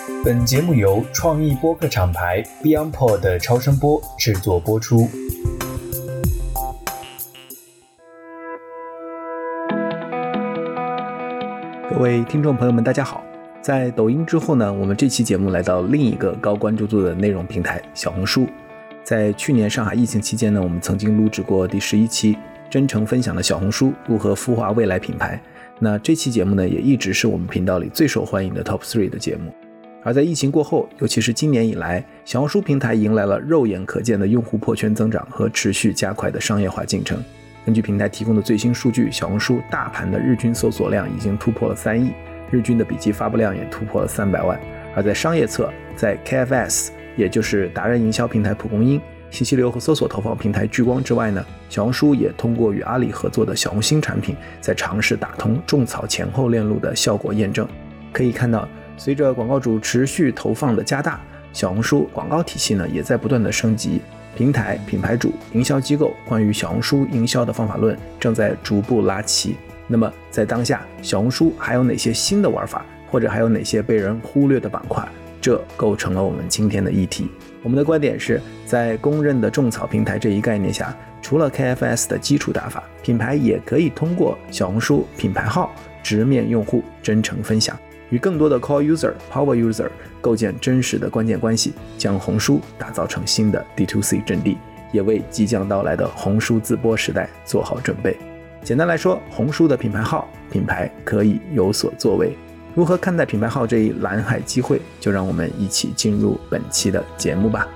本节目由创意播客厂牌 BeyondPod 的超声波制作播出。各位听众朋友们大家好，在抖音之后呢，我们这期节目来到另一个高关注度的内容平台小红书。在去年上海疫情期间呢，我们曾经录制过第11期真诚分享的小红书如何孵化未来品牌。那这期节目呢，也一直是我们频道里最受欢迎的 Top 3 的节目。而在疫情过后，尤其是今年以来，小红书平台迎来了肉眼可见的用户破圈增长和持续加快的商业化进程。根据平台提供的最新数据，小红书大盘的日均搜索量已经突破了3亿，日均的笔记发布量也突破了300万。而在商业侧，在 KFS 也就是达人营销平台蒲公英、信息流和搜索投放平台聚光之外呢，小红书也通过与阿里合作的小红新产品，在尝试打通种草前后链路的效果验证。可以看到，随着广告主持续投放的加大，小红书广告体系呢也在不断的升级，平台、品牌主、营销机构关于小红书营销的方法论正在逐步拉齐。那么在当下，小红书还有哪些新的玩法，或者还有哪些被人忽略的板块，这构成了我们今天的议题。我们的观点是，在公认的种草平台这一概念下，除了 KFS 的基础打法，品牌也可以通过小红书品牌号直面用户，真诚分享，与更多的 Core User、Power User 构建真实的关键关系，将红书打造成新的 D2C 阵地，也为即将到来的红书自播时代做好准备。简单来说，红书的品牌号，品牌可以有所作为。如何看待品牌号这一蓝海机会，就让我们一起进入本期的节目吧。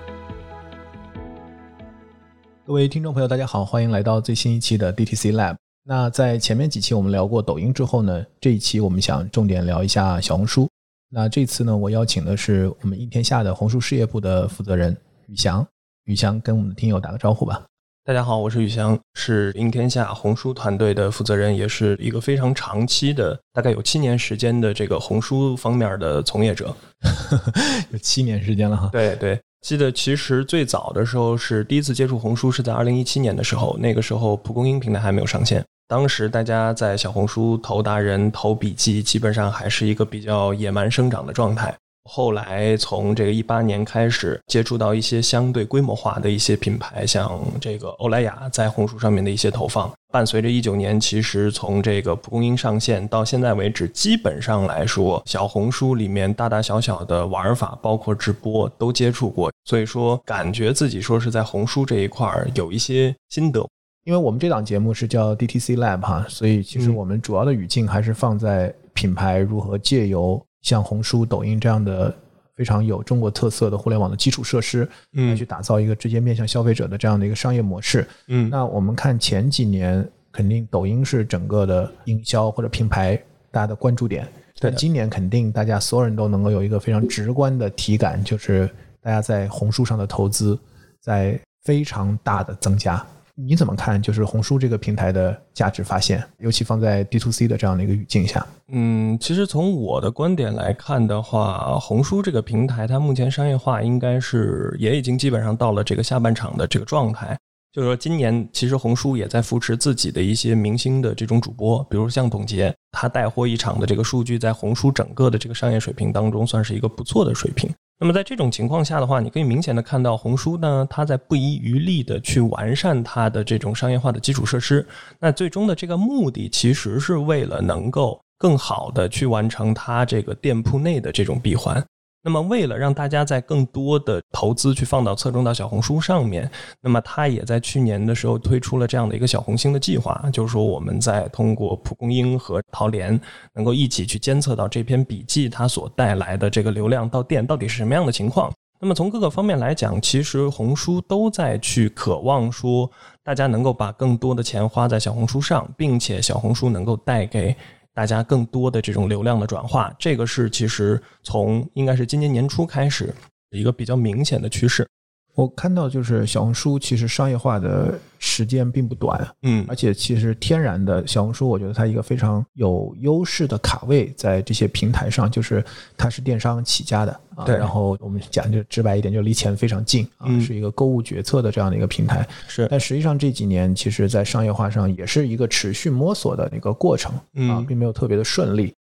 各位听众朋友大家好，欢迎来到最新一期的 DTC Lab。那在前面几期我们聊过抖音之后呢，这一期我们想重点聊一下小红书。那这次呢，我邀请的是我们应天下的红书事业部的负责人宇翔。宇翔跟我们的听友打个招呼吧。 大家好，我是宇翔，是应天下红书团队的负责人，也是一个非常长期的，大概有7年时间的这个红书方面的从业者。 有7年时间了哈。 对对，记得其实最早的时候是第一次接触红书是在2017年的时候，那个时候蒲公英平台还没有上线，当时大家在小红书投达人、投笔记，基本上还是一个比较野蛮生长的状态。后来从这个18年开始接触到一些相对规模化的一些品牌，像这个欧莱雅在红书上面的一些投放，伴随着19年其实从这个蒲公英上线到现在为止，基本上来说小红书里面大大小小的玩法包括直播都接触过，所以说感觉自己说是在红书这一块有一些心得。 因为我们这档节目是叫 DTC Lab 哈，所以其实我们主要的语境还是放在品牌如何借由像红书、抖音这样的非常有中国特色的互联网的基础设施，来去打造一个直接面向消费者的这样的一个商业模式。那我们看前几年，肯定抖音是整个的营销或者品牌大家的关注点。但今年肯定大家所有人都能够有一个非常直观的体感，就是大家在红书上的投资在非常大的增加。你怎么看就是红书这个平台的价值发现，尤其放在 D2C 的这样的一个语境下？ 其实从我的观点来看的话，红书这个平台它目前商业化应该是也已经基本上到了这个下半场的这个状态。就是说今年其实红书也在扶持自己的一些明星的这种主播，比如像董洁，他带货一场的这个数据在红书整个的这个商业水平当中算是一个不错的水平。那么在这种情况下的话，你可以明显的看到红书呢，它在不遗余力的去完善它的这种商业化的基础设施。那最终的这个目的其实是为了能够更好的去完成它这个店铺内的这种闭环。那么为了让大家在更多的投资去放到侧重到小红书上面，那么它也在去年的时候推出了这样的一个小红星的计划，就是说我们在通过蒲公英和淘联能够一起去监测到这篇笔记它所带来的这个流量到店到底是什么样的情况。那么从各个方面来讲，其实红书都在去渴望说大家能够把更多的钱花在小红书上，并且小红书能够带给大家更多的这种流量的转化，这个是其实从应该是今年年初开始一个比较明显的趋势。 我看到就是小红书其实商业化的时间并不短，而且其实天然的小红书我觉得它一个非常有优势的卡位在这些平台上，就是它是电商起家的对， 然后我们讲就直白一点，就离钱非常近是一个购物决策的这样的一个平台。 是， 但实际上这几年其实在商业化上也是一个持续摸索的一个过程并没有特别的顺利。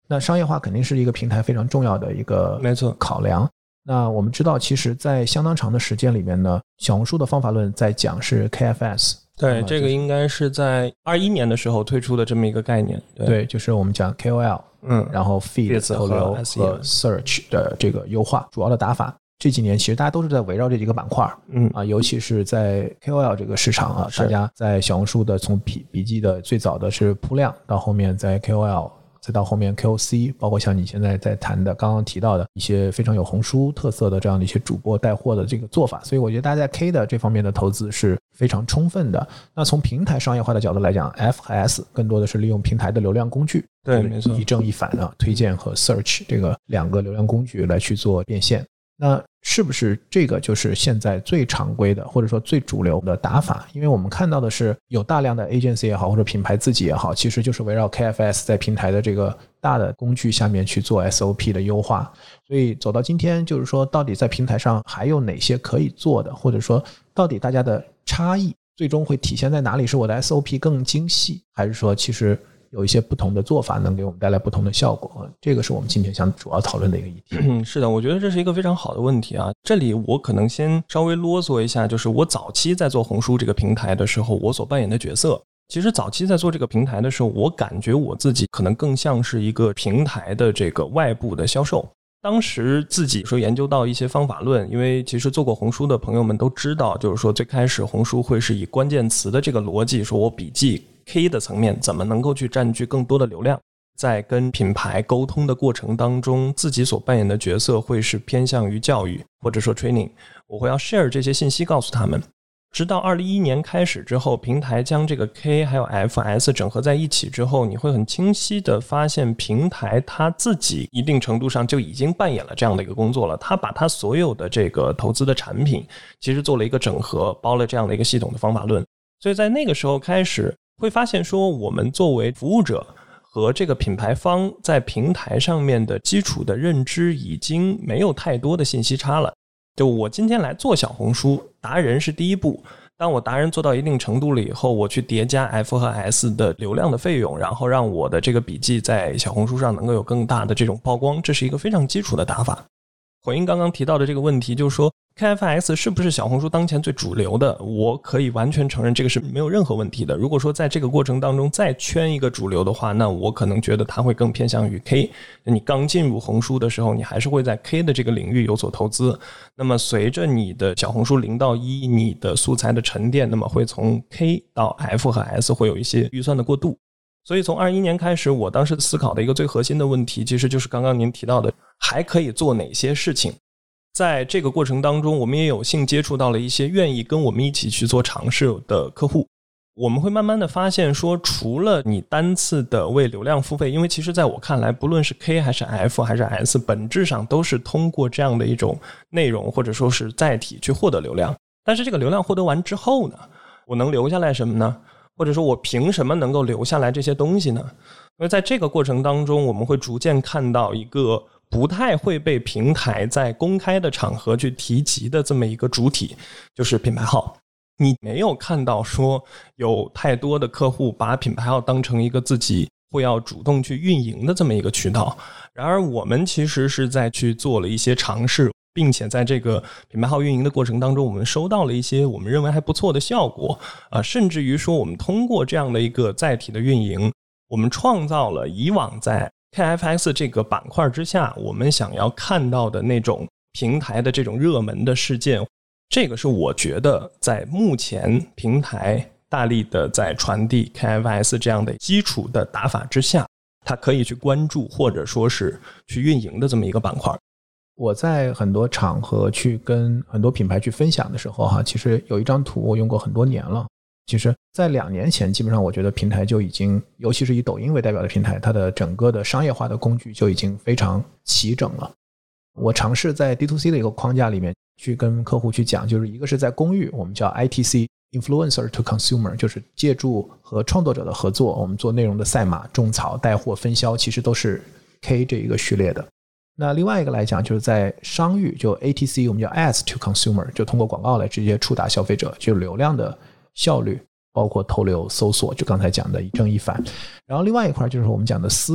那商业化肯定是一个平台非常重要的一个考量。那我们知道其实在相当长的时间里面呢，小红书的方法论在讲是 KFS。 对，这个应该是在21年的时候推出的这么一个概念。 对，就是我们讲 KOL， 然后 feed 投流和 search 的这个优化主要的打法。这几年其实大家都是在围绕这几个板块，尤其是在 KOL 这个市场啊，大家在小红书的从笔记的最早的是铺量，到后面在 KOL， 再到后面 KOC， 包括像你现在在谈的刚刚提到的一些非常有红书特色的这样的一些主播带货的这个做法，所以我觉得大家在 K 的这方面的投资是非常充分的。那从平台商业化的角度来讲， F 和 S 更多的是利用平台的流量工具， 对，没错， 一正一反啊，推荐和 search 这个两个流量工具来去做变现。那是不是这个就是现在最常规的或者说最主流的打法？因为我们看到的是有大量的 agency 也好，或者品牌自己也好，其实就是围绕 KFS 在平台的这个大的工具下面去做 SOP 的优化。所以走到今天，就是说到底在平台上还有哪些可以做的，或者说到底大家的差异最终会体现在哪里？是我的 SOP 更精细，还是说其实有一些不同的做法能给我们带来不同的效果？这个是我们今天想主要讨论的一个议题。 是的，我觉得这是一个非常好的问题啊。这里我可能先稍微啰嗦一下，就是我早期在做红书这个平台的时候，我所扮演的角色。其实早期在做这个平台的时候，我感觉我自己可能更像是一个平台的这个外部的销售。当时自己说研究到一些方法论，因为其实做过红书的朋友们都知道，就是说最开始红书会是以关键词的这个逻辑，说我笔记K 的层面怎么能够去占据更多的流量，在跟品牌沟通的过程当中，自己所扮演的角色会是偏向于教育或者说 training， 我会要 share 这些信息告诉他们。直到2011年开始之后，平台将这个 K 还有 FS 整合在一起之后，你会很清晰的发现平台它自己一定程度上就已经扮演了这样的一个工作了。它把它所有的这个投资的产品其实做了一个整合，包了这样的一个系统的方法论。所以在那个时候开始会发现说，我们作为服务者和这个品牌方在平台上面的基础的认知已经没有太多的信息差了。就我今天来做小红书，达人是第一步，当我达人做到一定程度了以后，我去叠加 F 和 S 的流量的费用，然后让我的这个笔记在小红书上能够有更大的这种曝光，这是一个非常基础的打法。回应刚刚提到的这个问题，就是说 KFS 是不是小红书当前最主流的？我可以完全承认这个是没有任何问题的。如果说在这个过程当中再圈一个主流的话，那我可能觉得它会更偏向于 K。你刚进入红书的时候，你还是会在 K 的这个领域有所投资。那么随着你的小红书0到1，你的素材的沉淀，那么会从 K 到 F 和 S 会有一些预算的过渡。所以从21年开始，我当时思考的一个最核心的问题，其实就是刚刚您提到的，还可以做哪些事情。在这个过程当中，我们也有幸接触到了一些愿意跟我们一起去做尝试的客户。我们会慢慢的发现说，除了你单次的为流量付费，因为其实在我看来，不论是 K 还是 F 还是 S， 本质上都是通过这样的一种内容或者说是载体去获得流量。但是这个流量获得完之后呢，我能留下来什么呢？或者说我凭什么能够留下来这些东西呢？因为在这个过程当中，我们会逐渐看到一个不太会被平台在公开的场合去提及的这么一个主体，就是品牌号。你没有看到说有太多的客户把品牌号当成一个自己会要主动去运营的这么一个渠道。然而我们其实是在去做了一些尝试，并且在这个品牌号运营的过程当中，我们收到了一些我们认为还不错的效果甚至于说我们通过这样的一个载体的运营，我们创造了以往在 KFS 这个板块之下我们想要看到的那种平台的这种热门的事件。这个是我觉得在目前平台大力的在传递 KFS 这样的基础的打法之下，它可以去关注或者说是去运营的这么一个板块。 我在很多场合去跟很多品牌去分享的时候其实有一张图我用过很多年了。其实在2年前，基本上我觉得平台就已经，尤其是以抖音为代表的平台，它的整个的商业化的工具就已经非常齐整了。我尝试在 D2C 的一个框架里面去跟客户去讲，就是一个是在公域，我们叫 ITC Influencer to Consumer， 就是借助和创作者的合作，我们做内容的赛马、种草、带货、分销，其实都是 K 这一个序列的。那另外一个来讲，就是在商域，就 ATC 我们叫 Ads to Consumer， 就通过广告来直接触达消费者，就流量的效率，包括投流、搜索，就刚才讲的一正一反。然后另外一块就是我们讲的私域，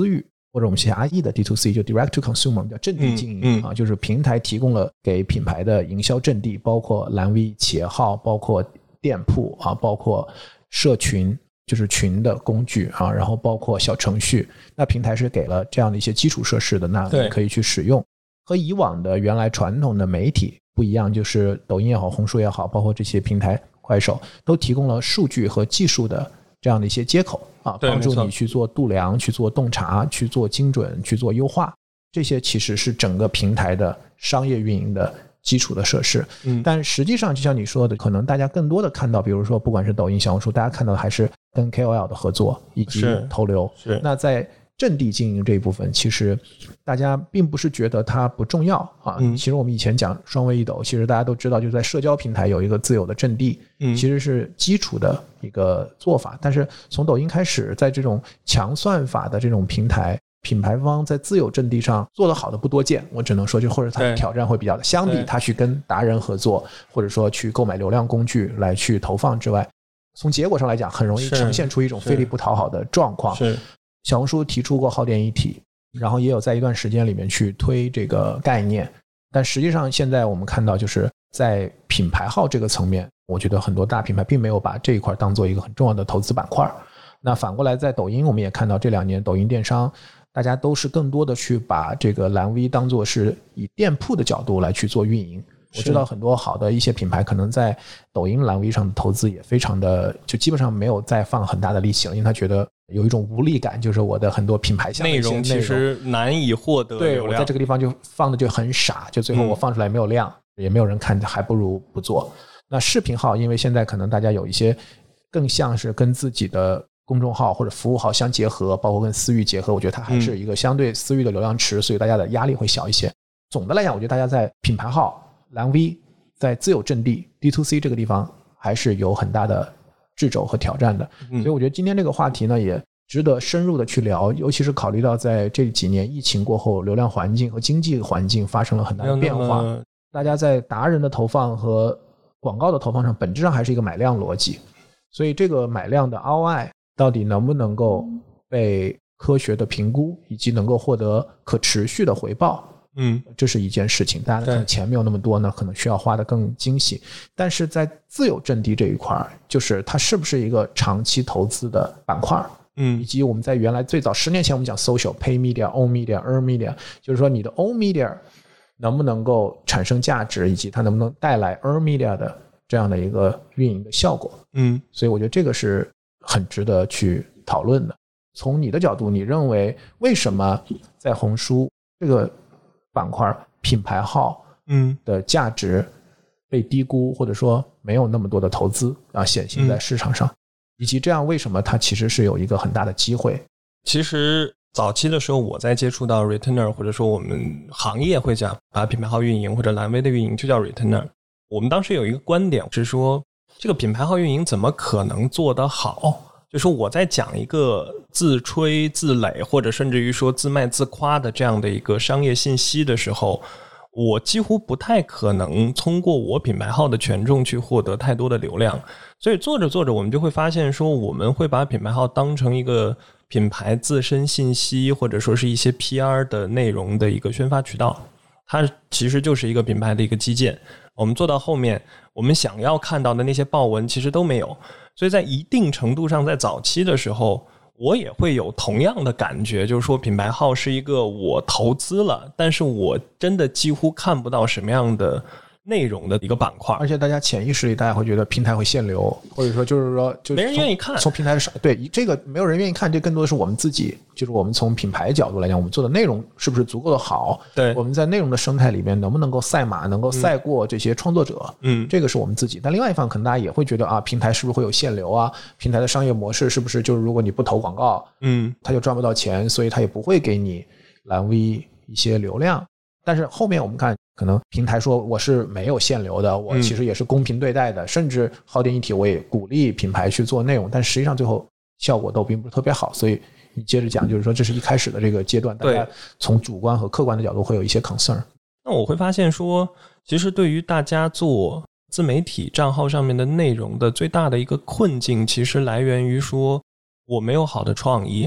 或者我们写 IE 的 D2C 就 Direct to Consumer， 我们叫阵地经营啊，就是平台提供了给品牌的营销阵地，包括蓝 V 企业号，包括店铺啊，包括社群，就是群的工具啊，然后包括小程序，那平台是给了这样的一些基础设施的，那你可以去使用。和以往的原来传统的媒体不一样，就是抖音也好，红书也好，包括这些平台快手都提供了数据和技术的这样的一些接口啊，帮助你去做度量，去做洞察，去做精准，去做优化，这些其实是整个平台的商业运营的基础的设施。但实际上就像你说的，可能大家更多的看到，比如说不管是抖音、小红书，大家看到的还是跟 KOL 的合作以及投流。那在阵地经营这一部分，其实大家并不是觉得它不重要啊。其实我们以前讲双微一抖，其实大家都知道，就是在社交平台有一个自有的阵地，其实是基础的一个做法。但是从抖音开始，在这种强算法的这种平台，品牌方在自有阵地上做得好的不多见，我只能说就或者它的挑战会比较的，相比它去跟达人合作，或者说去购买流量工具来去投放之外，从结果上来讲，很容易呈现出一种费力不讨好的状况。小红书提出过耗电一体，然后也有在一段时间里面去推这个概念，但实际上现在我们看到就是在品牌号这个层面，我觉得很多大品牌并没有把这一块当做一个很重要的投资板块。那反过来在抖音，我们也看到这2年抖音电商大家都是更多的去把这个蓝 V 当作是以店铺的角度来去做运营。我知道很多好的一些品牌可能在抖音蓝 V 上的投资也非常的，就基本上没有再放很大的力气了，因为他觉得有一种无力感，就是我的很多品牌内容其实难以获得流量， 对，我在这个地方就放的就很傻，就最后我放出来没有量，也没有人看，还不如不做。那视频号因为现在可能大家有一些更像是跟自己的公众号或者服务号相结合，包括跟私域结合，我觉得它还是一个相对私域的流量池，所以大家的压力会小一些。总的来讲，我觉得大家在品牌号蓝 V 在自有阵地 D2C 这个地方还是有很大的掣肘和挑战的，所以我觉得今天这个话题呢也值得深入的去聊，尤其是考虑到在这几年疫情过后，流量环境和经济环境发生了很大的变化，大家在达人的投放和广告的投放上本质上还是一个买量逻辑，所以这个买量的 ROI 到底能不能够被科学的评估，以及能够获得可持续的回报，这是一件事情。大家可能钱没有那么多呢，可能需要花得更精细。但是在自有阵地这一块，就是它是不是一个长期投资的板块，以及我们在原来最早10年前我们讲 social pay media、own media、earn media， 就是说你的 own media 能不能够产生价值，以及它能不能带来 earn media 的这样的一个运营的效果。所以我觉得这个是很值得去讨论的。从你的角度，你认为为什么在红书这个板块品牌号的价值被低估，或者说没有那么多的投资显现在市场上，以及这样为什么它其实是有一个很大的机会？ 其实早期的时候我在接触到 retainer， 或者说我们行业会讲把品牌号运营或者蓝 V 的运营就叫 retainer。我们当时有一个观点是说，这个品牌号运营怎么可能做得好？就是我在讲一个自吹自擂，或者甚至于说自卖自夸的这样的一个商业信息的时候，我几乎不太可能通过我品牌号的权重去获得太多的流量。所以做着做着我们就会发现说，我们会把品牌号当成一个品牌自身信息或者说是一些 PR 的内容的一个宣发渠道，它其实就是一个品牌的一个基建。我们做到后面，我们想要看到的那些爆文其实都没有。所以在一定程度上，在早期的时候我也会有同样的感觉，就是说品牌号是一个我投资了，但是我真的几乎看不到什么样的内容的一个板块， 而且大家潜意识里大家会觉得平台会限流，或者说就是说就没人愿意看， 从平台上对这个没有人愿意看，这更多的是我们自己，就是我们从品牌角度来讲，我们做的内容是不是足够的好， 对， 我们在内容的生态里面能不能够赛马，能够赛过这些创作者，这个是我们自己。但另外一方可能大家也会觉得啊，平台是不是会有限流啊，平台的商业模式是不是就是如果你不投广告，他就赚不到钱，所以他也不会给你蓝 V 一些流量。但是后面我们看可能平台说我是没有限流的，我其实也是公平对待的，甚至耗电一体我也鼓励品牌去做内容，但实际上最后效果都并不是特别好。所以你接着讲，就是说这是一开始的这个阶段，大家从主观和客观的角度会有一些 concern。 那我会发现说，其实对于大家做自媒体账号上面的内容的最大的一个困境，其实来源于说我没有好的创意，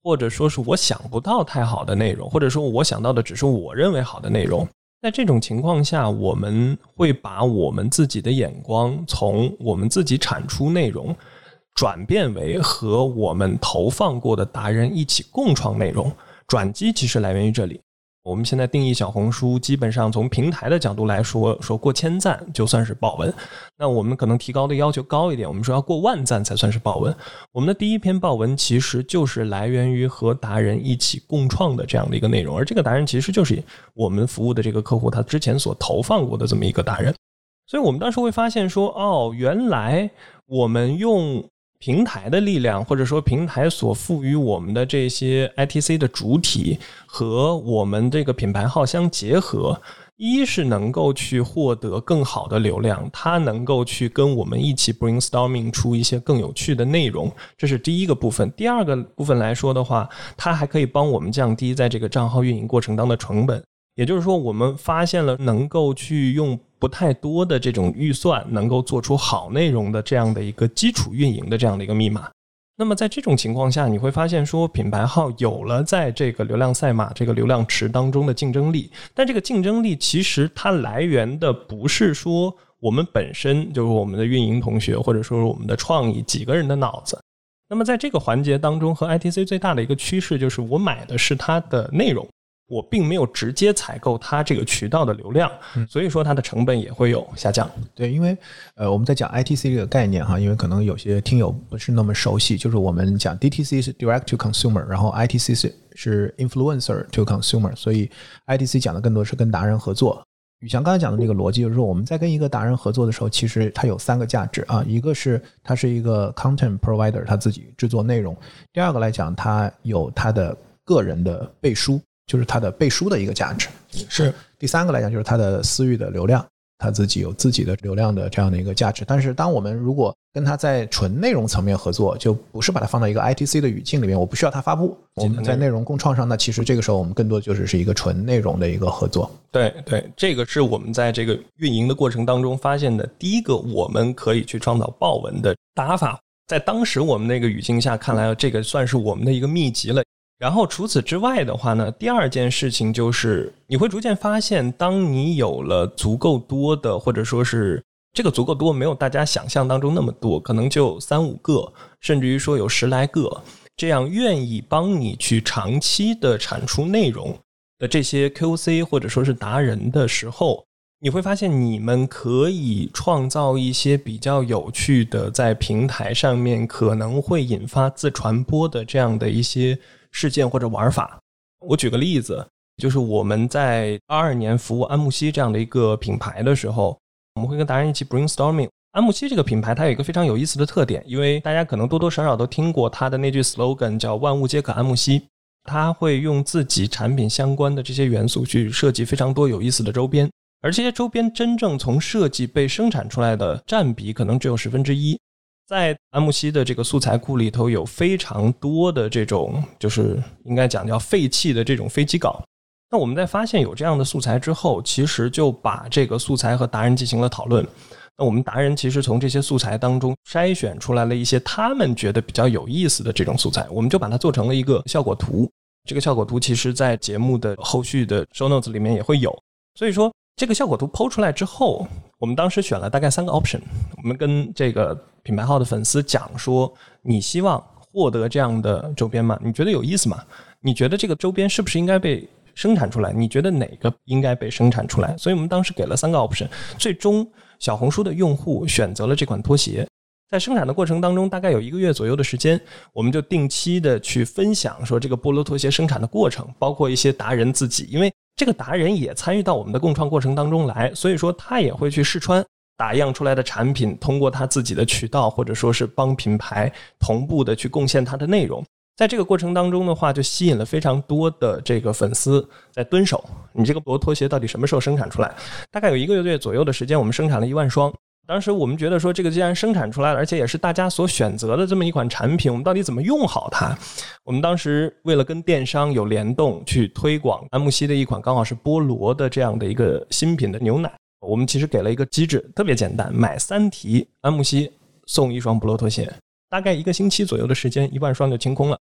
或者说是我想不到太好的内容，或者说我想到的只是我认为好的内容。在这种情况下，我们会把我们自己的眼光从我们自己产出内容转变为和我们投放过的达人一起共创内容。转机其实来源于这里。我们现在定义小红书，基本上从平台的角度来说过1000赞就算是爆文。那我们可能提高的要求高一点，我们说要过10000赞才算是爆文。我们的第一篇爆文其实就是来源于和达人一起共创的这样的一个内容，而这个达人其实就是我们服务的这个客户他之前所投放过的这么一个达人。所以我们当时会发现说，原来我们用平台的力量，或者说平台所赋予我们的这些 ITC 的主体和我们这个品牌号相结合，一是能够去获得更好的流量，它能够去跟我们一起 brainstorming 出一些更有趣的内容，这是第一个部分。第二个部分来说的话，它还可以帮我们降低在这个账号运营过程当中的成本。也就是说，我们发现了能够去用不太多的这种预算能够做出好内容的这样的一个基础运营的这样的一个密码。那么在这种情况下，你会发现说品牌号有了在这个流量赛马这个流量池当中的竞争力，但这个竞争力其实它来源的不是说我们本身就是我们的运营同学或者说我们的创意几个人的脑子。那么在这个环节当中，和 ITC 最大的一个趋势就是我买的是它的内容，我并没有直接采购它这个渠道的流量，所以说它的成本也会有下降。 对，因为我们在讲 ITC 这个概念哈，因为可能有些听友不是那么熟悉，就是我们讲 DTC 是 Direct to Consumer， 然后 ITC 是 Influencer to Consumer， 所以 ITC 讲的更多是跟达人合作。宇翔刚才讲的那个逻辑就是说，我们在跟一个达人合作的时候，其实它有3个价值啊，一个是它是一个 content provider， 他自己制作内容；第二个来讲，它有它的个人的背书，就是它的背书的一个价值， 是第3个来讲就是它的私域的流量，它自己有自己的流量的这样的一个价值。但是当我们如果跟它在纯内容层面合作，就不是把它放到一个 ITC 的语境里面，我不需要它发布，我们在内容共创上，那其实这个时候我们更多就是一个纯内容的一个合作。 对对，这个是我们在这个运营的过程当中发现的第一个我们可以去创造爆文的打法。在当时我们那个语境下看来，这个算是我们的一个秘籍了。然后除此之外的话呢，第二件事情就是你会逐渐发现，当你有了足够多的，或者说是这个足够多没有大家想象当中那么多，可能就3-5个，甚至于说有10来个这样愿意帮你去长期的产出内容的这些 QC 或者说是达人的时候，你会发现你们可以创造一些比较有趣的在平台上面可能会引发自传播的这样的一些事件或者玩法。我举个例子，就是我们在22年服务安慕希这样的一个品牌的时候，我们会跟达人一起 brainstorming。 安慕希这个品牌它有一个非常有意思的特点，因为大家可能多多少少都听过它的那句 slogan 叫万物皆可安慕希，它会用自己产品相关的这些元素去设计非常多有意思的周边，而这些周边真正从设计被生产出来的占比可能只有1/10。在安慕希的这个素材库里头有非常多的这种就是应该讲叫废弃的这种飞机稿。那我们在发现有这样的素材之后，其实就把这个素材和达人进行了讨论。那我们达人其实从这些素材当中筛选出来了一些他们觉得比较有意思的这种素材，我们就把它做成了一个效果图。这个效果图其实在节目的后续的 show notes 里面也会有。所以说这个效果图抛出来之后，我们当时选了大概3个 option， 我们跟这个品牌号的粉丝讲说，你希望获得这样的周边吗？你觉得有意思吗？你觉得这个周边是不是应该被生产出来？你觉得哪个应该被生产出来？所以我们当时给了3个 option， 最终小红书的用户选择了这款拖鞋。在生产的过程当中大概有1个月左右的时间，我们就定期的去分享说这个菠萝拖鞋生产的过程，包括一些达人自己，因为这个达人也参与到我们的共创过程当中来，所以说他也会去试穿打样出来的产品，通过他自己的渠道或者说是帮品牌同步的去贡献他的内容。在这个过程当中的话，就吸引了非常多的这个粉丝在蹲守，你这个菠萝拖鞋到底什么时候生产出来？大概有1个月左右的时间，我们生产了1万双。当时我们觉得说，这个既然生产出来了，而且也是大家所选择的这么一款产品，我们到底怎么用好它？我们当时为了跟电商有联动，去推广安慕希的一款刚好是菠萝的这样的一个新品的牛奶，我们其实给了一个机制，特别简单，买3提安慕希送1双菠萝拖鞋，大概1个星期左右的时间，1万双就清空了。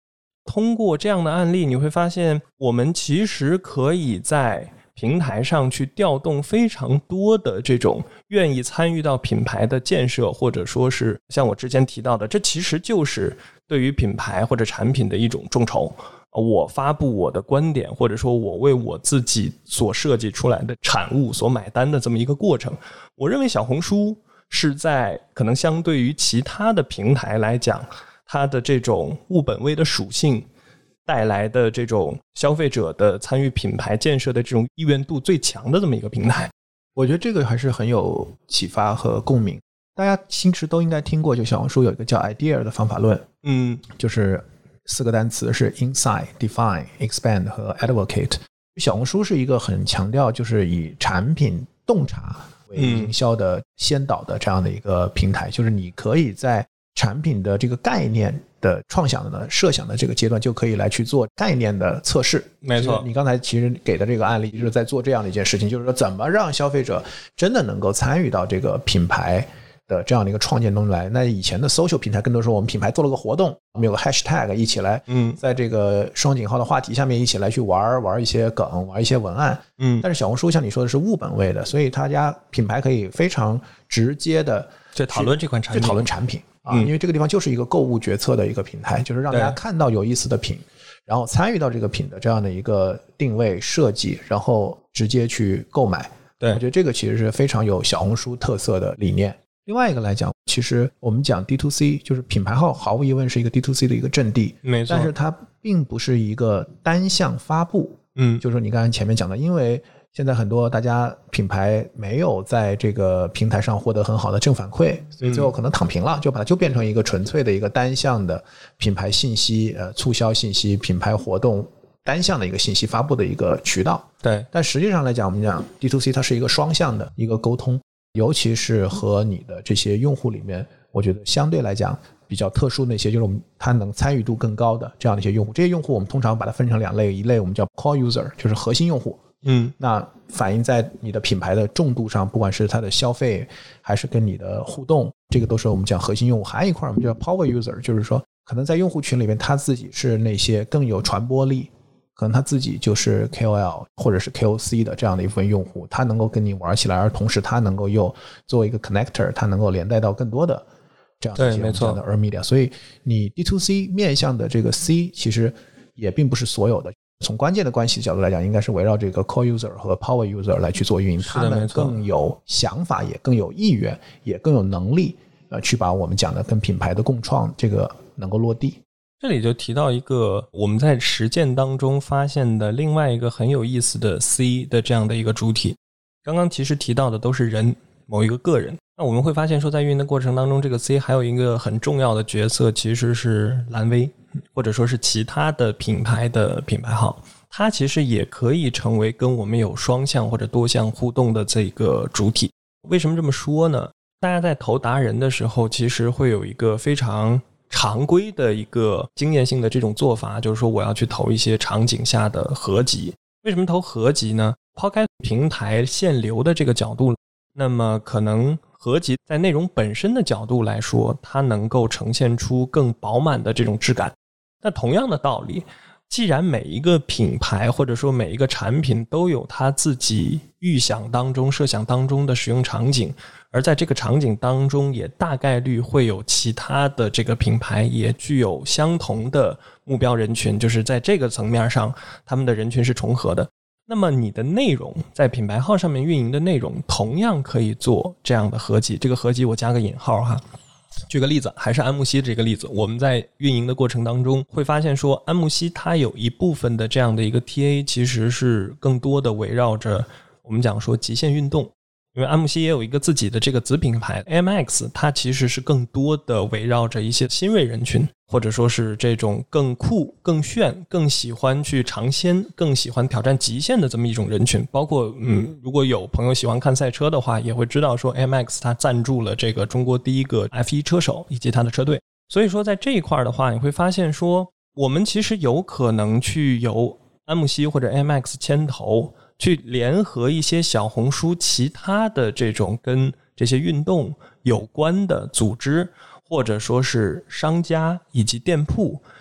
通过这样的案例，你会发现我们其实可以在平台上去调动非常多的这种愿意参与到品牌的建设，或者说是像我之前提到的，这其实就是对于品牌或者产品的一种众筹。我发布我的观点，或者说我为我自己所设计出来的产物所买单的这么一个过程。我认为小红书是在可能相对于其他的平台来讲，它的这种物本位的属性带来的这种消费者的参与品牌建设的这种意愿度最强的这么一个平台。 我觉得这个还是很有启发和共鸣。大家其实都应该听过，就小红书有一个叫 idea 的方法论，就是4个单词是 insight、define、expand 和 advocate。小红书是一个很强调就是以产品洞察为营销的先导的这样的一个平台，就是你可以在产品的这个概念的创想的设想的这个阶段就可以来去做概念的测试。 没错， 你刚才其实给的这个案例就是在做这样的一件事情，就是说怎么让消费者真的能够参与到这个品牌的这样的一个创建中来。那以前的 social 平台更多说我们品牌做了个活动，我们有个 hashtag 一起来在这个双引号的话题下面一起来去玩一些梗，玩一些文案。但是小红书像你说的是物本位的，所以大家品牌可以非常直接的去讨论这款产品， 去讨论产品因为这个地方就是一个购物决策的一个平台，就是让大家看到有意思的品，然后参与到这个品的这样的一个定位设计，然后直接去购买。 对， 我觉得这个其实是非常有小红书特色的理念。另外一个来讲，其实我们讲 D2C， 就是品牌号毫无疑问是一个 D2C 的一个阵地， 没错， 但是它并不是一个单向发布。就是说你刚才前面讲的，因为现在很多大家品牌没有在这个平台上获得很好的正反馈，所以最后可能躺平了，就把它就变成一个纯粹的一个单向的品牌信息、促销信息、品牌活动单向的一个信息发布的一个渠道。 对， 但实际上来讲，我们讲 D2C 它是一个双向的一个沟通，尤其是和你的这些用户里面，我觉得相对来讲比较特殊的那些，就是我们它能参与度更高的这样的一些用户。这些用户我们通常把它分成2类，一类我们叫 core user， 就是核心用户。那反映在你的品牌的重度上，不管是它的消费还是跟你的互动，这个都是我们讲核心用户。还有一块我们叫 power user， 就是说可能在用户群里面他自己是那些更有传播力，可能他自己就是 KOL 或者是 KOC 的这样的一部分用户，他能够跟你玩起来，而同时他能够又作为一个 connector， 他能够连带到更多的这样的一些的 earn media。 所以你 D2C 面向的这个 C 其实也并不是所有的，从关键的关系的角度来讲，应该是围绕这个 core user 和 power user 来去做运营，他们更有想法，也更有意愿，也更有能力去把我们讲的跟品牌的共创这个能够落地。 这里就提到一个我们在实践当中发现的另外一个很有意思的 C 的这样的一个主体。刚刚其实提到的都是人，某一个个人，那我们会发现说在运营的过程当中，这个 C 还有一个很重要的角色其实是蓝 V， 或者说是其他的品牌的品牌号，它其实也可以成为跟我们有双向或者多项互动的这个主体。为什么这么说呢？大家在投达人的时候其实会有一个非常常规的一个经验性的这种做法，就是说我要去投一些场景下的合集。为什么投合集呢？抛开平台限流的这个角度，那么可能合集在内容本身的角度来说，它能够呈现出更饱满的这种质感。那同样的道理，既然每一个品牌或者说每一个产品都有它自己预想当中设想当中的使用场景，而在这个场景当中也大概率会有其他的这个品牌也具有相同的目标人群，就是在这个层面上他们的人群是重合的，那么你的内容在品牌号上面运营的内容同样可以做这样的合集。这个合集我加个引号哈。举个例子，还是安慕希这个例子，我们在运营的过程当中会发现说，安慕希它有一部分的这样的一个 TA 其实是更多的围绕着我们讲说极限运动，因为安慕希也有一个自己的这个子品牌 AMX， 它其实是更多的围绕着一些新锐人群，或者说是这种更酷更炫更喜欢去尝鲜更喜欢挑战极限的这么一种人群。包括如果有朋友喜欢看赛车的话，也会知道说 AMX 它赞助了这个中国第一个 F1 车手以及他的车队。所以说在这一块的话，你会发现说我们其实有可能去由安慕希或者 AMX 牵头去联合一些小红书其他的这种跟这些运动有关的组织，或者说是商家以及店铺，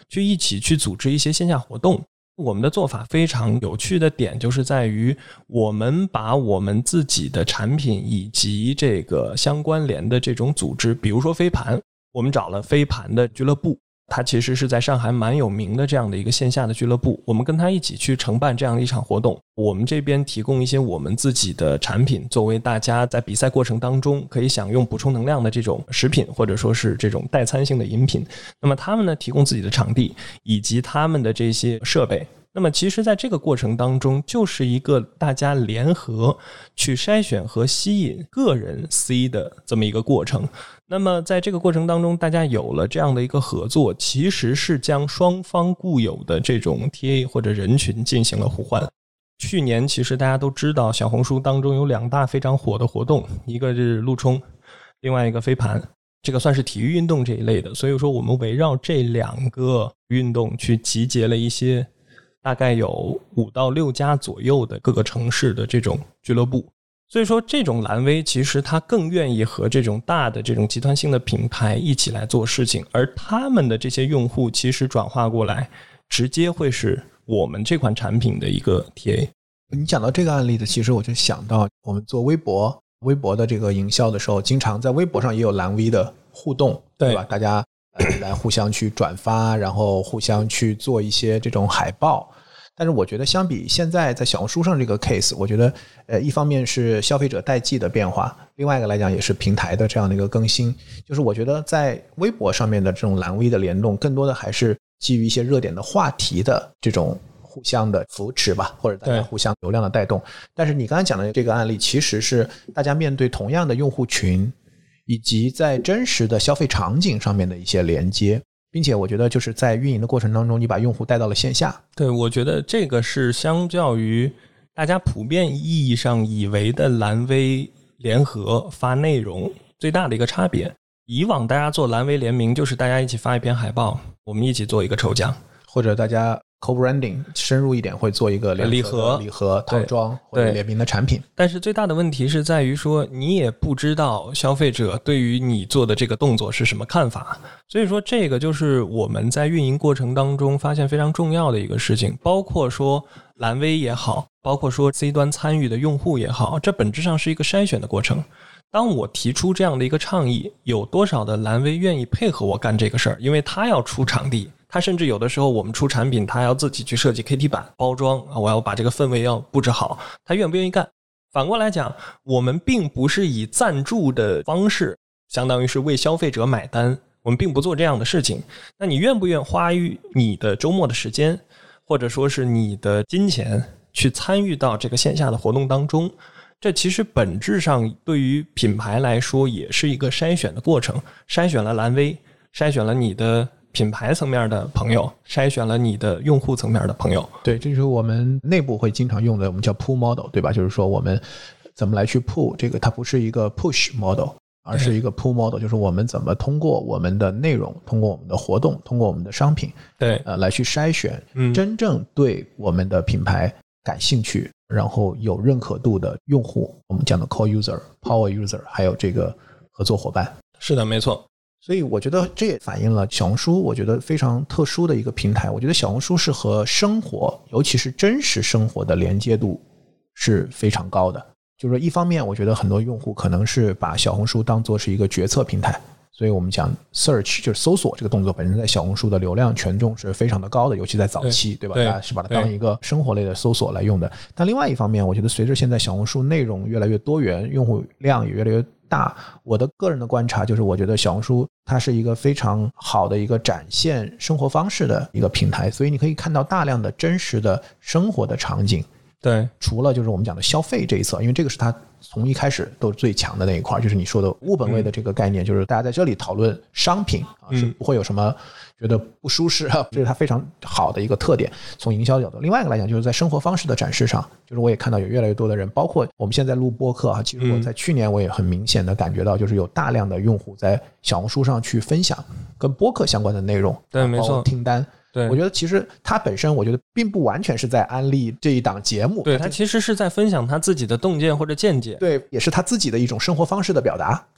去一起去组织一些线下活动。我们的做法非常有趣的点就是在于我们把我们自己的产品以及这个相关联的这种组织，比如说飞盘，我们找了飞盘的俱乐部，它其实是在上海蛮有名的这样的一个线下的俱乐部，我们跟它一起去承办这样的一场活动，我们这边提供一些我们自己的产品作为大家在比赛过程当中可以享用补充能量的这种食品，或者说是这种代餐性的饮品。那么他们呢提供自己的场地以及他们的这些设备，那么其实在这个过程当中就是一个大家联合去筛选和吸引个人 C 的这么一个过程。那么在这个过程当中大家有了这样的一个合作，其实是将双方固有的这种 TA 或者人群进行了互换。去年其实大家都知道小红书当中有2大非常火的活动，一个是陆冲，另外一个飞盘，这个算是体育运动这一类的，所以说我们围绕这2个运动去集结了一些大概有5到6家左右的各个城市的这种俱乐部。所以说这种蓝 V 其实它更愿意和这种大的这种集团性的品牌一起来做事情，而他们的这些用户其实转化过来直接会是我们这款产品的一个 TA。 你讲到这个案例的，其实我就想到我们做微博的这个营销的时候，经常在微博上也有蓝 V 的互动， 对吧？大家来互相去转发，然后互相去做一些这种海报。但是我觉得相比现在在小红书上这个 case， 我觉得一方面是消费者代际的变化，另外一个来讲也是平台的这样的一个更新。就是我觉得在微博上面的这种蓝 V 的联动，更多的还是基于一些热点的话题的这种互相的扶持吧，或者大家互相流量的带动。但是你刚才讲的这个案例，其实是大家面对同样的用户群，以及在真实的消费场景上面的一些连接。并且我觉得就是在运营的过程当中，你把用户带到了线下。 对，我觉得这个是相较于大家普遍意义上以为的蓝 V 联合发内容最大的一个差别。以往大家做蓝 V 联名就是大家一起发一篇海报，我们一起做一个抽奖， 或者大家 co-branding 深入一点会做一个礼盒套装或者联名的产品。 但是最大的问题是在于说你也不知道消费者对于你做的这个动作是什么看法，所以说这个就是我们在运营过程当中发现非常重要的一个事情。包括说蓝 V 也好，包括说 C 端参与的用户也好，这本质上是一个筛选的过程。当我提出这样的一个倡议，有多少的蓝 V 愿意配合我干这个事儿？因为他要出场地，他甚至有的时候我们出产品，他要自己去设计 KT 板包装，我要把这个氛围要布置好，他愿不愿意干？反过来讲，我们并不是以赞助的方式，相当于是为消费者买单，我们并不做这样的事情。那你愿不愿花于你的周末的时间，或者说是你的金钱去参与到这个线下的活动当中？这其实本质上对于品牌来说也是一个筛选的过程，筛选了蓝 V， 筛选了你的品牌层面的朋友，筛选了你的用户层面的朋友。 对，这就是我们内部会经常用的，我们叫 pull model， 对吧？就是说我们怎么来去 pull 这个，它不是一个 push model， 而是一个 pull model， 就是我们怎么通过我们的内容，通过我们的活动，通过我们的商品， 对， 来去筛选真正对我们的品牌感兴趣，然后有认可度的用户，我们讲的 core user、power user， 还有这个合作伙伴。 是的，没错。 所以我觉得这也反映了小红书我觉得非常特殊的一个平台。我觉得小红书是和生活，尤其是真实生活的连接度是非常高的。就是说一方面我觉得很多用户可能是把小红书当作是一个决策平台，所以我们讲 search 就是搜索这个动作本身在小红书的流量权重是非常的高的，尤其在早期， 对吧？大家是把它当一个生活类的搜索来用的。但另外一方面，我觉得随着现在小红书内容越来越多元，用户量也越来越大，我的个人的观察就是我觉得小红书它是一个非常好的一个展现生活方式的一个平台，所以你可以看到大量的真实的生活的场景。 对， 除了就是我们讲的消费这一侧，因为这个是它从一开始都最强的那一块，就是你说的物本位的这个概念，就是大家在这里讨论商品是不会有什么觉得不舒适啊，这是它非常好的一个特点，从营销角度。另外一个来讲，就是在生活方式的展示上，就是我也看到有越来越多的人，包括我们现在录播客啊，其实我在去年我也很明显的感觉到，就是有大量的用户在小红书上去分享跟播客相关的内容， 对，没错， 听单。对，我觉得其实他本身我觉得并不完全是在安利这一档节目， 对，他其实是在分享他自己的洞见或者见解， 对，也是他自己的一种生活方式的表达。 对，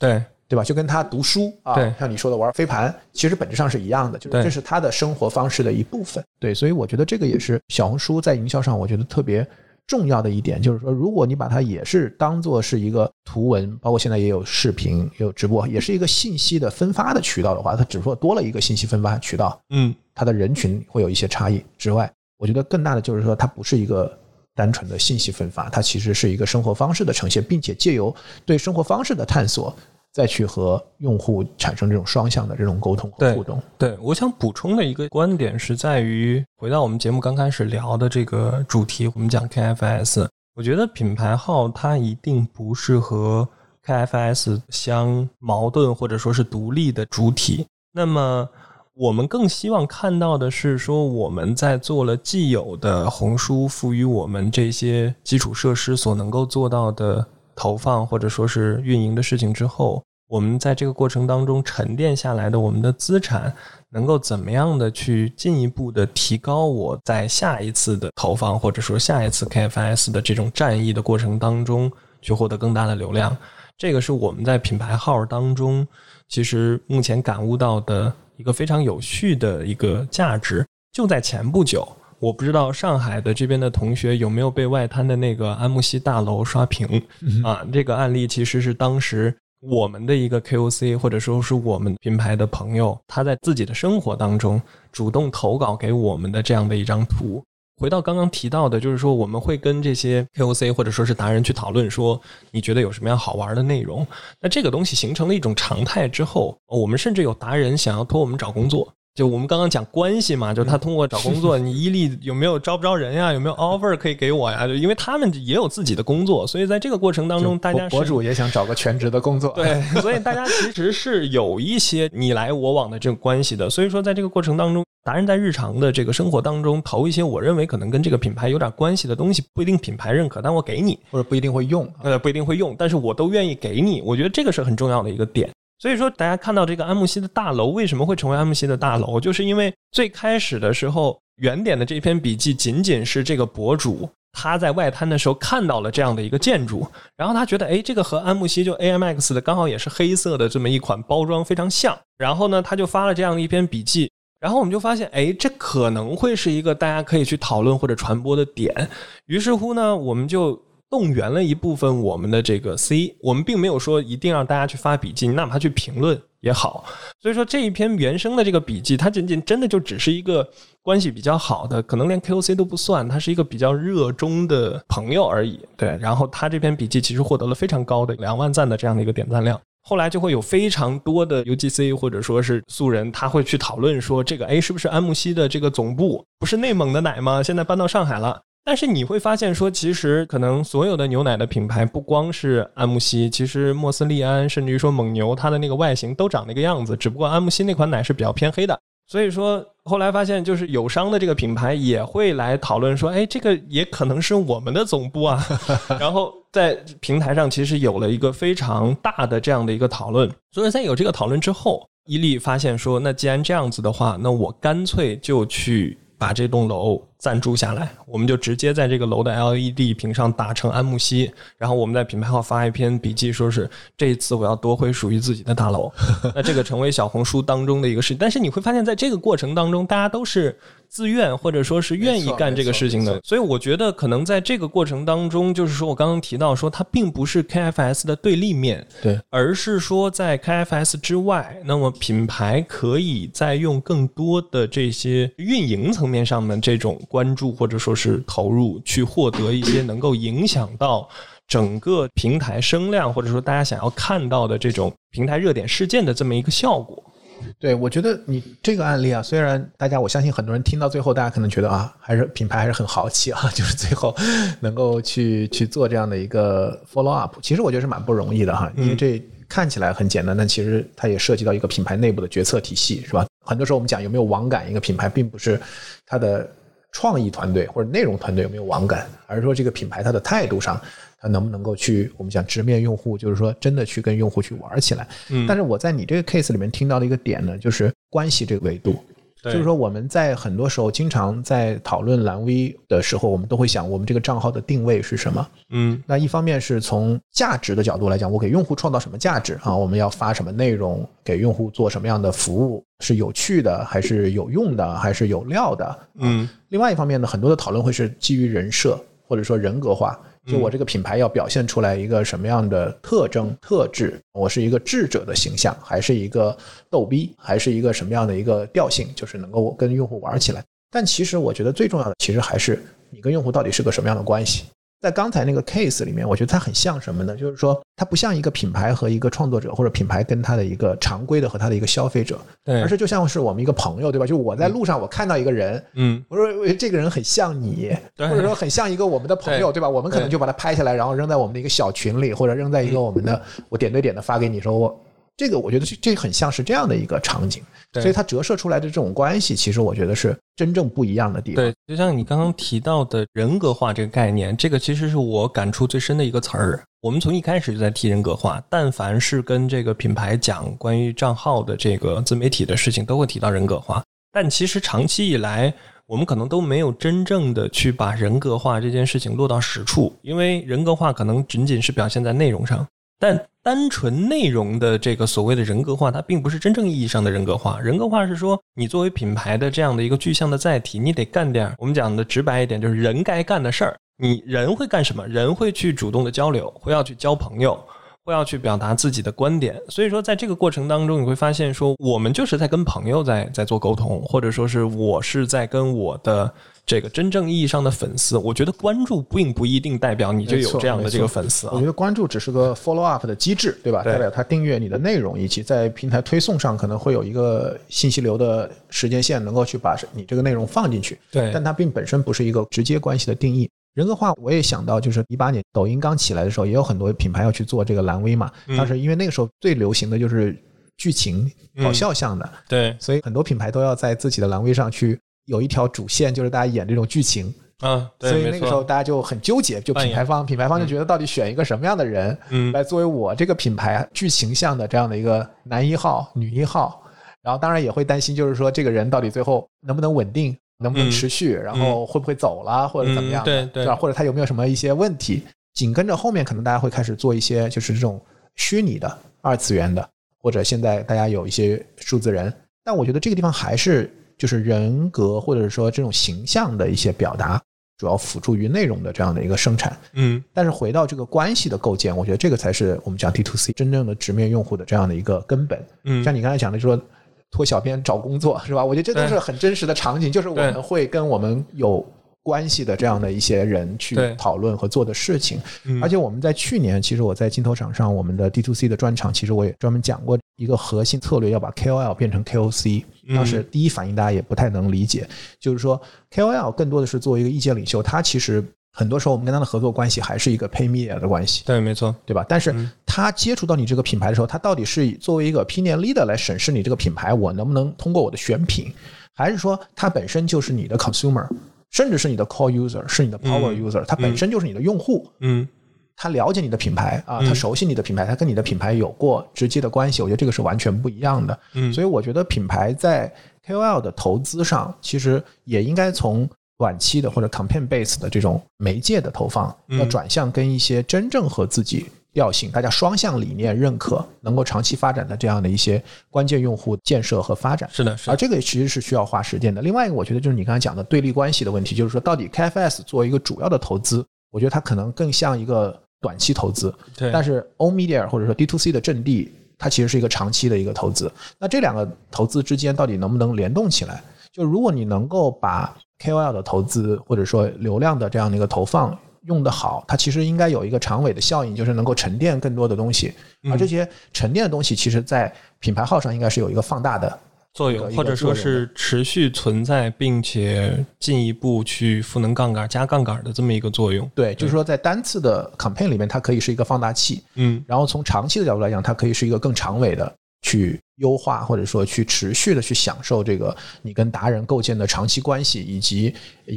对吧？就跟他读书啊，像你说的玩飞盘，其实本质上是一样的，就是这是他的生活方式的一部分。对，所以我觉得这个也是小红书在营销上我觉得特别重要的一点，就是说如果你把它也是当作是一个图文，包括现在也有视频也有直播，也是一个信息的分发的渠道的话，它只不过多了一个信息分发渠道，它的人群会有一些差异之外，我觉得更大的就是说它不是一个单纯的信息分发，它其实是一个生活方式的呈现，并且借由对生活方式的探索再去和用户产生这种双向的这种沟通和互动。 对，我想补充的一个观点是在于回到我们节目刚开始聊的这个主题，我们讲 KFS， 我觉得品牌号它一定不是和 KFS 相矛盾或者说是独立的主体，那么我们更希望看到的是说我们在做了既有的红书赋予我们这些基础设施所能够做到的投放或者说是运营的事情之后，我们在这个过程当中沉淀下来的我们的资产能够怎么样的去进一步的提高我在下一次的投放或者说下一次 KFS 的这种战役的过程当中去获得更大的流量。这个是我们在品牌号当中其实目前感悟到的一个非常有趣的一个价值。就在前不久，我不知道上海的这边的同学有没有被外滩的那个安慕希大楼刷屏啊？这个案例其实是当时我们的一个 KOC 或者说是我们品牌的朋友，他在自己的生活当中主动投稿给我们的这样的一张图。回到刚刚提到的，就是说我们会跟这些 KOC 或者说是达人去讨论说你觉得有什么样好玩的内容，那这个东西形成了一种常态之后，我们甚至有达人想要托我们找工作。就我们刚刚讲关系嘛，就他通过找工作，你伊利有没有招不招人呀？有没有 offer 可以给我呀？就因为他们也有自己的工作，所以在这个过程当中，大家博主也想找个全职的工作， 对，所以大家其实是有一些你来我往的这个关系的。所以说，在这个过程当中，达人在日常的这个生活当中投一些我认为可能跟这个品牌有点关系的东西，不一定品牌认可，但我给你， 或者不一定会用， 不一定会用，但是我都愿意给你。我觉得这个是很重要的一个点。所以说大家看到这个安慕希的大楼为什么会成为安慕希的大楼，就是因为最开始的时候原点的这篇笔记仅仅是这个博主他在外滩的时候看到了这样的一个建筑，然后他觉得这个和安慕希就 AMX 的刚好也是黑色的这么一款包装非常像，然后呢他就发了这样的一篇笔记，然后我们就发现这可能会是一个大家可以去讨论或者传播的点。于是乎呢我们就动员了一部分我们的这个 C， 我们并没有说一定让大家去发笔记，你哪怕去评论也好。所以说这一篇原生的这个笔记，它仅仅真的就只是一个关系比较好的，可能连 KOC 都不算，它是一个比较热衷的朋友而已。对，然后他这篇笔记其实获得了非常高的2万赞的这样的一个点赞量。后来就会有非常多的 UGC 或者说是素人，他会去讨论说这个是不是安慕希的这个总部不是内蒙的奶吗？现在搬到上海了。但是你会发现说其实可能所有的牛奶的品牌不光是安慕希，其实莫斯利安甚至于说蒙牛它的那个外形都长那个样子，只不过安慕希那款奶是比较偏黑的。所以说后来发现就是友商的这个品牌也会来讨论说这个也可能是我们的总部啊然后在平台上其实有了一个非常大的这样的一个讨论。所以在有这个讨论之后，伊利发现说那既然这样子的话，那我干脆就去把这栋楼暂住下来，我们就直接在这个楼的 LED 屏上打成安慕希，然后我们在品牌号发一篇笔记，说是这一次我要夺回属于自己的大楼那这个成为小红书当中的一个事情。但是你会发现在这个过程当中大家都是自愿或者说是愿意干这个事情的，所以我觉得可能在这个过程当中，就是说我刚刚提到说它并不是 KFS 的对立面， 对， 而是说在 KFS 之外，那么品牌可以再用更多的这些运营层面上的这种关注或者说是投入，去获得一些能够影响到整个平台声量或者说大家想要看到的这种平台热点事件的这么一个效果。 对，我觉得你这个案例啊，虽然大家我相信很多人听到最后大家可能觉得还是品牌还是很豪气啊，就是最后能够去做这样的一个 follow up， 其实我觉得是蛮不容易的哈，因为这看起来很简单，但其实它也涉及到一个品牌内部的决策体系，是吧？很多时候我们讲有没有网感，一个品牌并不是它的创意团队或者内容团队有没有网感，而是说这个品牌它的态度上它能不能够去我们讲直面用户，就是说真的去跟用户去玩起来。但是我在你这个 case 里面听到的一个点呢，就是关系这个维度， 就是说我们在很多时候经常在讨论蓝 V 的时候，我们都会想我们这个账号的定位是什么。那一方面是从价值的角度来讲，我给用户创造什么价值啊？我们要发什么内容，给用户做什么样的服务，是有趣的还是有用的还是有料的。另外一方面呢，很多的讨论会是基于人设或者说人格化，就我这个品牌要表现出来一个什么样的特征特质，我是一个智者的形象，还是一个逗逼，还是一个什么样的一个调性，就是能够跟用户玩起来。但其实我觉得最重要的其实还是你跟用户到底是个什么样的关系。在刚才那个 case 里面，我觉得它很像什么呢？就是说它不像一个品牌和一个创作者，或者品牌跟他的一个常规的和他的一个消费者，而是就像是我们一个朋友，对吧？就我在路上我看到一个人，我说这个人很像你，或者说很像一个我们的朋友，对吧？我们可能就把它拍下来，然后扔在我们的一个小群里，或者扔在一个我们的我点对点的发给你说这个我觉得这很像是这样的一个场景，所以它折射出来的这种关系，其实我觉得是真正不一样的地方。 对，就像你刚刚提到的人格化这个概念，这个其实是我感触最深的一个词儿。我们从一开始就在提人格化，但凡是跟这个品牌讲关于账号的这个自媒体的事情，都会提到人格化。但其实长期以来，我们可能都没有真正的去把人格化这件事情落到实处，因为人格化可能仅仅是表现在内容上。但单纯内容的这个所谓的人格化，它并不是真正意义上的人格化。人格化是说，你作为品牌的这样的一个具象的载体，你得干点，我们讲的直白一点，就是人该干的事儿。你人会干什么？人会去主动的交流，会要去交朋友，会要去表达自己的观点。所以说在这个过程当中，你会发现说，我们就是在跟朋友在做沟通，或者说是我是在跟我的这个真正意义上的粉丝。我觉得关注并不一定代表你就有这样的这个粉丝啊。 我觉得关注只是个 follow up 的机制，对吧？代表他订阅你的内容，以及在平台推送上可能会有一个信息流的时间线，能够去把你这个内容放进去。 对， 但它并本身不是一个直接关系的定义。人格化我也想到，就是18年抖音刚起来的时候，也有很多品牌要去做这个蓝 V 嘛。当时因为那个时候最流行的就是剧情搞笑向的， 对， 所以很多品牌都要在自己的蓝 V 上去有一条主线，就是大家演这种剧情。 对， 所以那个时候大家就很纠结，就品牌方就觉得到底选一个什么样的人来作为我这个品牌剧情向的这样的一个男一号女一号，然后当然也会担心，就是说这个人到底最后能不能稳定，能不能持续，然后会不会走了或者怎么样的， 对， 或者他有没有什么一些问题。紧跟着后面可能大家会开始做一些就是这种虚拟的二次元的，或者现在大家有一些数字人，但我觉得这个地方还是就是人格或者说这种形象的一些表达，主要辅助于内容的这样的一个生产。但是回到这个关系的构建，我觉得这个才是我们讲 D2C 真正的直面用户的这样的一个根本。像你刚才讲的，就说托小编找工作是吧？我觉得这都是很真实的场景，就是我们会跟我们有关系的这样的一些人去讨论和做的事情。而且我们在去年，其实我在镜头场上我们的 D2C 的专场，其实我也专门讲过一个核心策略，要把 KOL 变成 KOC。当时第一反应大家也不太能理解，就是说 KOL 更多的是作为一个意见领袖，他其实很多时候我们跟他的合作关系还是一个 pay media 的关系。 对，没错， 对吧？但是他接触到你这个品牌的时候，他到底是作为一个 opinion leader 来审视你这个品牌，我能不能通过我的选品，还是说他本身就是你的 consumer， 甚至是你的 core user， 是你的 power user， 他本身就是你的用户。他了解你的品牌啊，他熟悉你的品牌，他跟你的品牌有过直接的关系，我觉得这个是完全不一样的。所以我觉得品牌在 KOL 的投资上，其实也应该从短期的或者 campaign base 的这种媒介的投放，要转向跟一些真正和自己调性，大家双向理念认可，能够长期发展的这样的一些关键用户建设和发展。 是的， 而这个其实是需要花时间的。另外一个，我觉得就是你刚才讲的对立关系的问题，就是说到底 KFS 作为一个主要的投资，我觉得它可能更像一个短期投资，但是 own media 或者说 D2C 的阵地，它其实是一个长期的一个投资。那这两个投资之间到底能不能联动起来？就如果你能够把 KOL 的投资或者说流量的这样的一个投放用得好，它其实应该有一个长尾的效应，就是能够沉淀更多的东西，而这些沉淀的东西其实在品牌号上应该是有一个放大的作用，或者说是持续存在并且进一步去赋能杠杆加杠杆的这么一个作用。 对，就是说在单次的 campaign 里面它可以是一个放大器，然后从长期的角度来讲，它可以是一个更长尾的去优化，或者说去持续的去享受这个你跟达人构建的长期关系，以及一个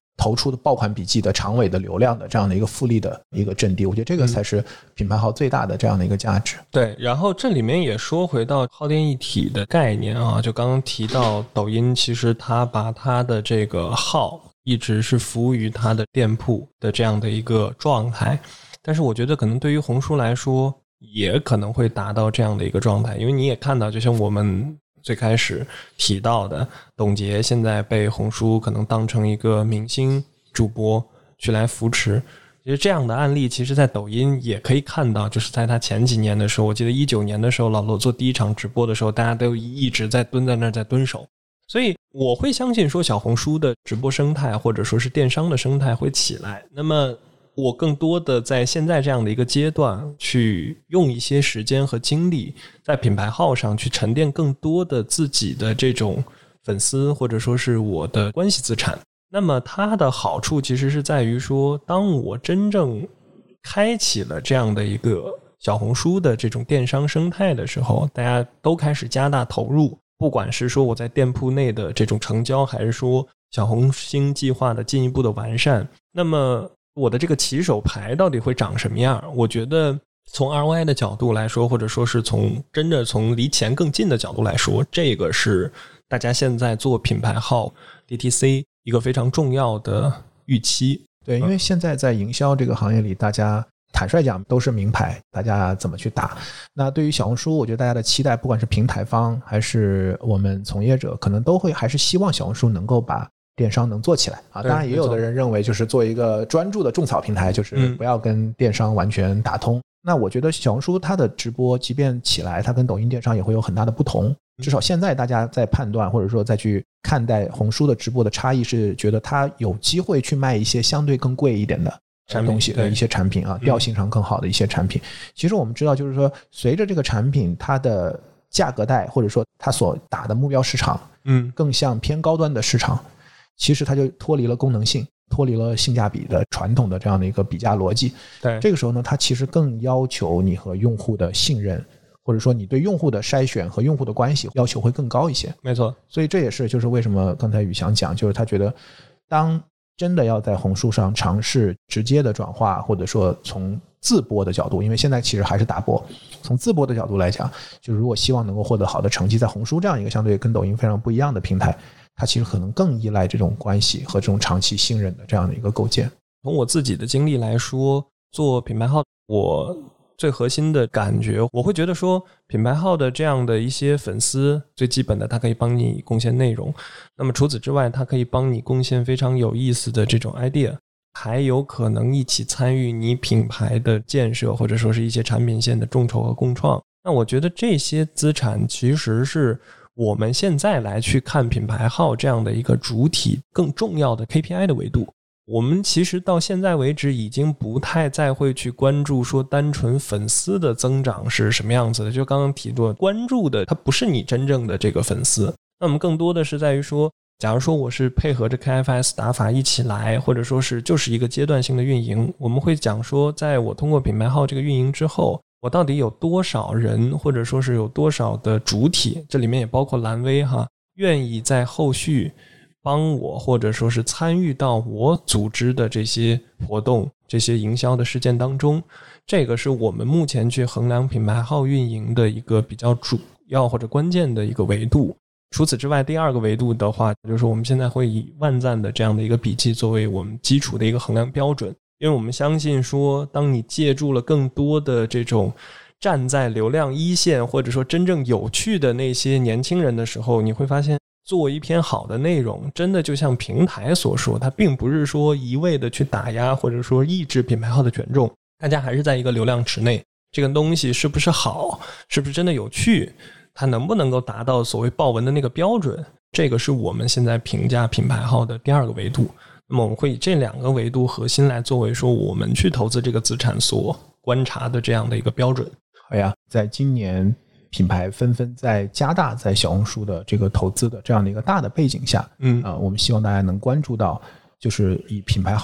投出的爆款笔记的长尾的流量的这样的一个复利的一个阵地，我觉得这个才是品牌号最大的这样的一个价值。 对，然后这里面也说回到耗电一体的概念啊，就刚刚提到抖音其实它把它的这个号一直是服务于它的店铺的这样的一个状态，但是我觉得可能对于红书来说也可能会达到这样的一个状态，因为你也看到就像我们最开始提到的，董洁现在被红书可能当成一个明星主播去来扶持，其实这样的案例其实在抖音也可以看到，就是在他前几年的时候，我记得19年的时候老罗做第一场直播的时候，大家都一直在蹲在那儿在蹲守，所以我会相信说小红书的直播生态或者说是电商的生态会起来，那么我更多的在现在这样的一个阶段去用一些时间和精力在品牌号上去沉淀更多的自己的这种粉丝或者说是我的关系资产，那么它的好处其实是在于说，当我真正开启了这样的一个小红书的这种电商生态的时候，大家都开始加大投入，不管是说我在店铺内的这种成交，还是说小红星计划的进一步的完善，那么我的这个起手牌到底会长什么样？我觉得从 ROI 的角度来说，或者说是真的从离钱更近的角度来说，这个是大家现在做品牌号 DTC 一个非常重要的预期。 对，因为现在在营销这个行业里，大家坦率讲都是名牌，大家怎么去打？那对于小红书，我觉得大家的期待，不管是平台方还是我们从业者，可能都会还是希望小红书能够把电商能做起来啊。当然也有的人认为就是做一个专注的种草平台，就是不要跟电商完全打通。那我觉得小红书它的直播即便起来，它跟抖音电商也会有很大的不同，至少现在大家在判断或者说再去看待红书的直播的差异，是觉得它有机会去卖一些相对更贵一点的东西的一些产品啊，调性上更好的一些产品。其实我们知道就是说随着这个产品它的价格带或者说它所打的目标市场更像偏高端的市场，其实它就脱离了功能性，脱离了性价比的传统的这样的一个比价逻辑。 对， 这个时候呢，它其实更要求你和用户的信任，或者说你对用户的筛选和用户的关系要求会更高一些。 没错， 所以这也是就是为什么刚才宇翔讲，就是他觉得当真的要在红书上尝试直接的转化，或者说从自播的角度，因为现在其实还是打播，从自播的角度来讲，就是如果希望能够获得好的成绩，在红书这样一个相对跟抖音非常不一样的平台，它其实可能更依赖这种关系和这种长期信任的这样的一个构建。 从我自己的经历来说，做品牌号我最核心的感觉，我会觉得说品牌号的这样的一些粉丝，最基本的它可以帮你贡献内容，那么除此之外它可以帮你贡献非常有意思的这种 idea， 还有可能一起参与你品牌的建设，或者说是一些产品线的众筹和共创。那我觉得这些资产其实是我们现在来去看品牌号这样的一个主体更重要的 KPI 的维度。我们其实到现在为止已经不太再会去关注说单纯粉丝的增长是什么样子的，就刚刚提过，关注的它不是你真正的这个粉丝，那我们更多的是在于说，假如说我是配合着 KFS 打法一起来，或者说是就是一个阶段性的运营，我们会讲说，在我通过品牌号这个运营之后，我到底有多少人，或者说是有多少的主体，这里面也包括蓝微哈，愿意在后续帮我或者说是参与到我组织的这些活动，这些营销的事件当中，这个是我们目前去衡量品牌号运营的一个比较主要或者关键的一个维度。除此之外，第二个维度的话，就是我们现在会以万赞的这样的一个笔记作为我们基础的一个衡量标准，因为我们相信说，当你借助了更多的这种站在流量一线或者说真正有趣的那些年轻人的时候，你会发现做一篇好的内容，真的就像平台所说，它并不是说一味的去打压或者说抑制品牌号的权重，大家还是在一个流量池内，这个东西是不是好，是不是真的有趣，它能不能够达到所谓爆文的那个标准，这个是我们现在评价品牌号的第二个维度。那么我们会以这两个维度核心来作为说我们去投资这个资产所观察的这样的一个标准。 好呀，在今年品牌纷纷在加大在小红书的这个投资的这样的一个大的背景下，我们希望大家能关注到，就是以品牌号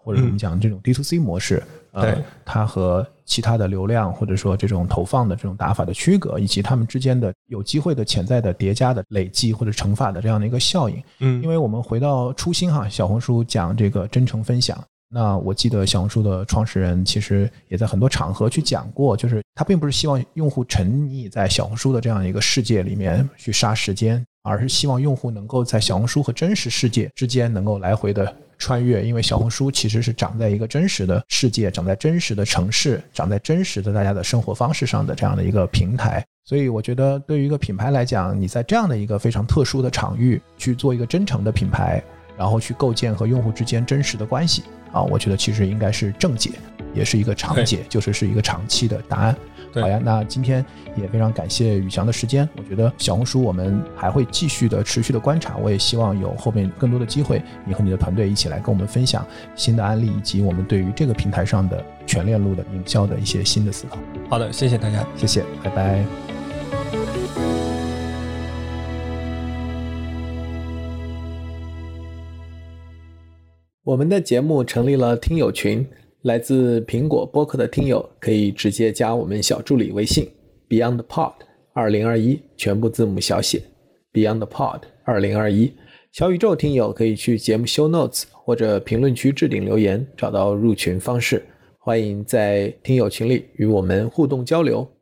或者我们讲这种 D2C 模式，它和其他的流量或者说这种投放的这种打法的区隔，以及它们之间的有机会的潜在的叠加的累积或者乘法的这样的一个效应。因为我们回到初心哈，小红书讲这个真诚分享。那我记得小红书的创始人其实也在很多场合去讲过，就是他并不是希望用户沉溺在小红书的这样一个世界里面去杀时间，而是希望用户能够在小红书和真实世界之间能够来回的穿越，因为小红书其实是长在一个真实的世界，长在真实的城市，长在真实的大家的生活方式上的这样的一个平台。所以我觉得对于一个品牌来讲，你在这样的一个非常特殊的场域去做一个真诚的品牌，然后去构建和用户之间真实的关系我觉得其实应该是正解，也是一个长解，就是一个长期的答案。好呀，那今天也非常感谢宇翔的时间。我觉得小红书我们还会继续的持续的观察，我也希望有后面更多的机会，你和你的团队一起来跟我们分享新的案例，以及我们对于这个平台上的全链路的营销的一些新的思考。 好的，谢谢大家， 谢谢，拜拜。 我们的节目成立了听友群，来自苹果播客的听友可以直接加我们小助理微信 BeyondPod 2021，全部字母小写 BeyondPod 2021。小宇宙听友可以去节目 show notes 或者评论区置顶留言找到入群方式，欢迎在听友群里与我们互动交流。